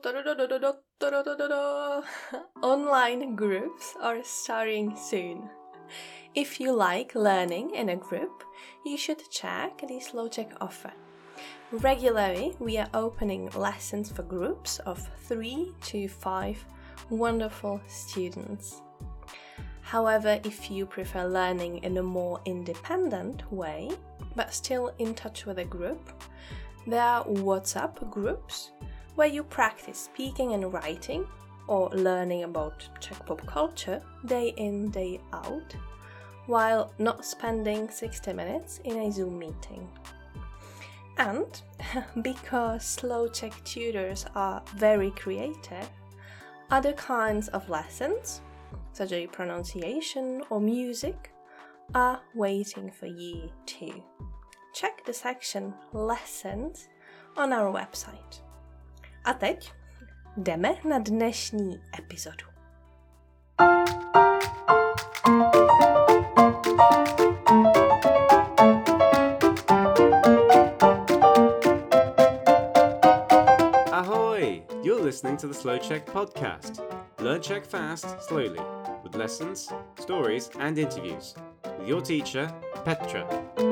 Online groups are starting soon. If you like learning in a group, you should check the SlowCheck offer. Regularly, we are opening lessons for groups of 3 to 5 wonderful students. However, if you prefer learning in a more independent way, but still in touch with a group, there are WhatsApp groups where you practice speaking and writing or learning about Czech pop culture day in, day out, while not spending 60 minutes in a Zoom meeting. And because SlowCheck tutors are very creative, other kinds of lessons, such as pronunciation or music, are waiting for you too. Check the section Lessons on our website. A teď jdeme na dnešní epizodu. Ahoy! You're listening to the SlowCheck podcast. Learn Czech fast, slowly, with lessons, stories, and interviews. With your teacher, Petra.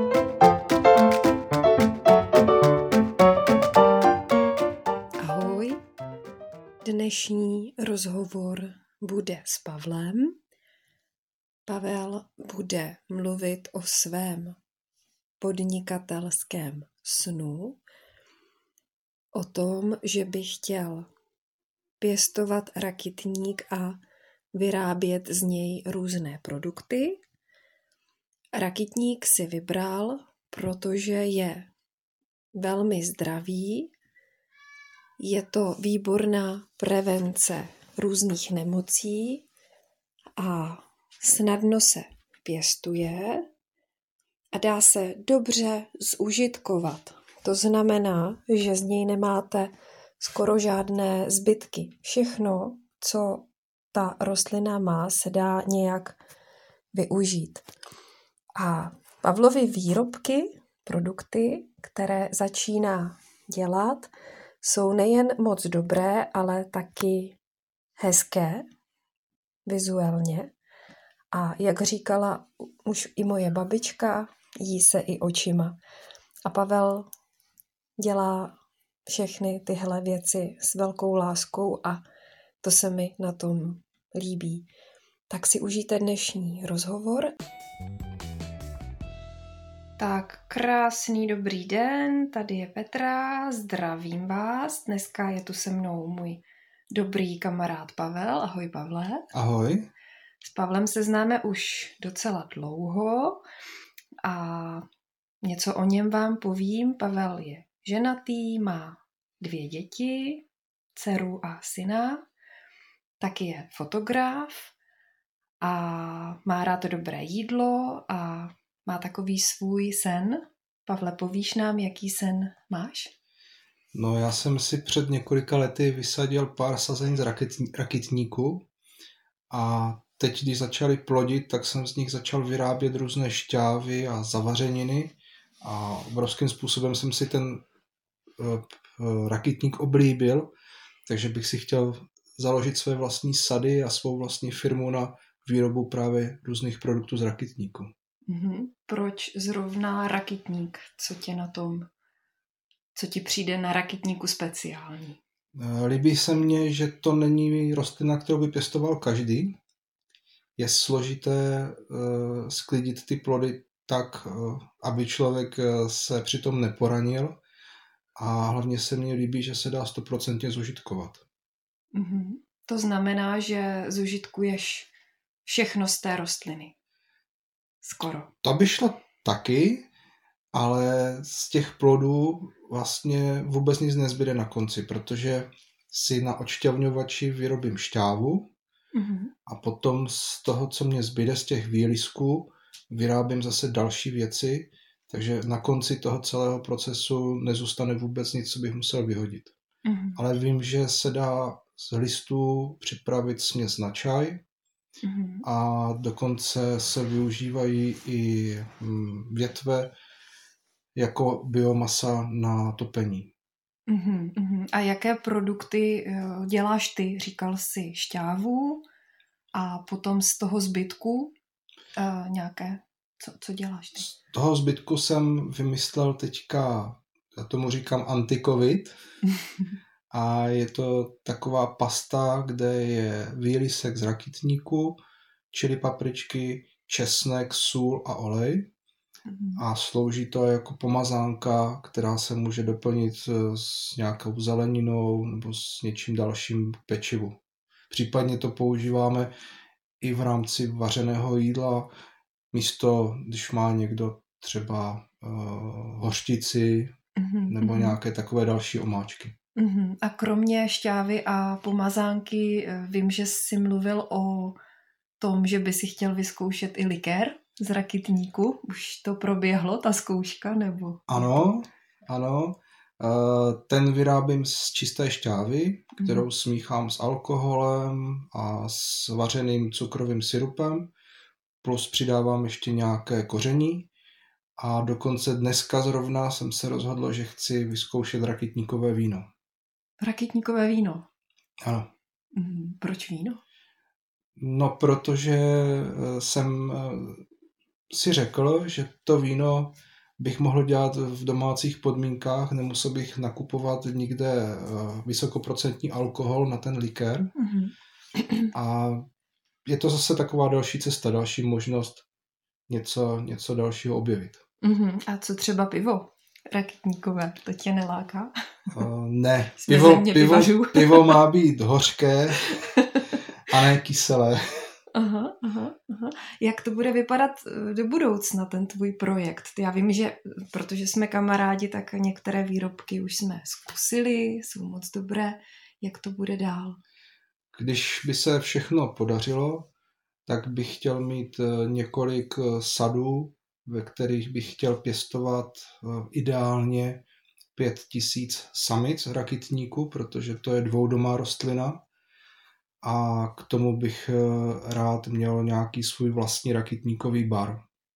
Ahoj, dnešní rozhovor bude s Pavlem. Pavel bude mluvit o svém podnikatelském snu, o tom, že by chtěl pěstovat rakitník a vyrábět z něj různé produkty. Rakitník si vybral, protože je velmi zdravý, je to výborná prevence různých nemocí a snadno se pěstuje a dá se dobře zužitkovat. To znamená, že z něj nemáte skoro žádné zbytky. Všechno, co ta rostlina má, se dá nějak využít. A Pavlovy výrobky, produkty, které začíná dělat, jsou nejen moc dobré, ale taky hezké vizuálně. A jak říkala už i moje babička, jí se i očima. A Pavel dělá všechny tyhle věci s velkou láskou a to se mi na tom líbí. Tak si užijte dnešní rozhovor. Tak krásný dobrý den, tady je Petra, zdravím vás. Dneska je tu se mnou můj dobrý kamarád Pavel. Ahoj Pavle. Ahoj. S Pavlem se známe už docela dlouho a něco o něm vám povím. Pavel je ženatý, má 2 děti, dceru a syna, taky je fotograf a má rád dobré jídlo a má takový svůj sen. Pavle, povíš nám, jaký sen máš? No, já jsem si před několika lety vysadil pár sazení z rakitníku a teď, když začali plodit, tak jsem z nich začal vyrábět různé šťávy a zavařeniny a obrovským způsobem jsem si ten rakitník oblíbil, takže bych si chtěl založit své vlastní sady a svou vlastní firmu na výrobu právě různých produktů z rakitníku. Proč zrovna rakitník? Co ti přijde na rakitníku speciální? Líbí se mně, že to není rostlina, kterou by pěstoval každý. Je složité sklidit ty plody tak, aby člověk se přitom neporanil a hlavně se mně líbí, že se dá 100% zužitkovat. To znamená, že zužitkuješ všechno z té rostliny. Skoro. To by šlo taky, ale z těch plodů vlastně vůbec nic nezbyde na konci, protože si na odšťavňovači vyrobím šťávu a potom z toho, co mě zbyde z těch výlisků, vyrábím zase další věci, takže na konci toho celého procesu nezůstane vůbec nic, co bych musel vyhodit. Ale vím, že se dá z listů připravit směs na čaj a dokonce se využívají i větve jako biomasa na topení. A jaké produkty děláš ty? Říkal jsi šťávu a potom z toho zbytku nějaké, co děláš ty? Z toho zbytku jsem vymyslel teďka, já tomu říkám anti-covid, a je to taková pasta, kde je výlisek z rakitníku, čili papričky, česnek, sůl a olej. A slouží to jako pomazánka, která se může doplnit s nějakou zeleninou nebo s něčím dalším k pečivu. Případně to používáme i v rámci vařeného jídla, místo, když má někdo třeba hořčici nebo nějaké takové další omáčky. A kromě šťávy a pomazánky vím, že jsi mluvil o tom, že by si chtěl vyzkoušet i likér z rakitníku. Už to proběhlo, ta zkouška, nebo? Ano. Ten vyrábím z čisté šťávy, kterou smíchám s alkoholem a s vařeným cukrovým syrupem, plus přidávám ještě nějaké koření. A dokonce dneska zrovna jsem se rozhodl, že chci vyzkoušet rakitníkové víno. Rakitníkové víno? Ano. Proč víno? No, protože jsem si řekl, že to víno bych mohl dělat v domácích podmínkách, nemusel bych nakupovat nikde vysokoprocentní alkohol na ten likér. A je to zase taková další cesta, další možnost něco dalšího objevit. A co třeba pivo rakitníkové? To tě neláká? Ne, pivo má být hořké a ne kyselé. Aha. Jak to bude vypadat do budoucna, ten tvůj projekt? Já vím, že protože jsme kamarádi, tak některé výrobky už jsme zkusili, jsou moc dobré. Jak to bude dál? Když by se všechno podařilo, tak bych chtěl mít několik sadů, ve kterých bych chtěl pěstovat ideálně 5000 samic rakitníku, protože to je dvoudomá rostlina. A k tomu bych rád měl nějaký svůj vlastní rakitníkový bar.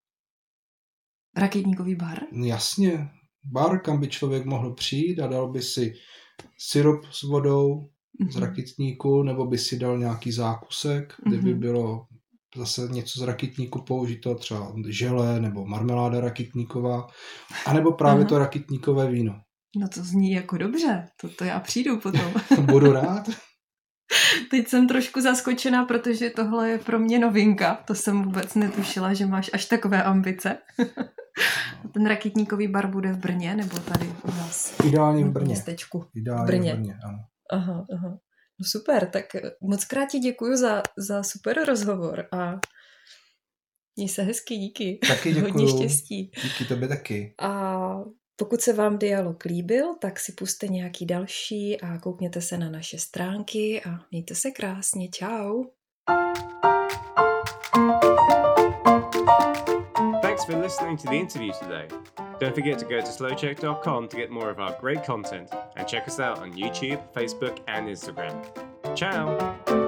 Rakitníkový bar? Jasně. Bar, kam by člověk mohl přijít a dal by si syrup s vodou z rakitníku, nebo by si dal nějaký zákusek, kde by bylo zase něco z rakitníku použito, třeba želé nebo marmeláda rakitníková, anebo právě to rakitníkové víno. No to zní jako dobře, to já přijdu potom. Budu rád. Teď jsem trošku zaskočená, protože tohle je pro mě novinka. To jsem vůbec netušila, že máš až takové ambice. Ten rakitníkový bar bude v Brně, nebo tady u nás? Ideálně v Brně. Městečku. Ideálně v Brně, ano. Aha. No super, tak moc krát ti děkuju za super rozhovor a měj se hezky, díky. Taky děkuju. Hodně štěstí. Díky tobě taky. A pokud se vám dialog líbil, tak si pusťte nějaký další a koukněte se na naše stránky a mějte se krásně. Čau. Thanks for listening to the interview today. Don't forget to go to slowcheck.com to get more of our great content and check us out on YouTube, Facebook and Instagram. Ciao!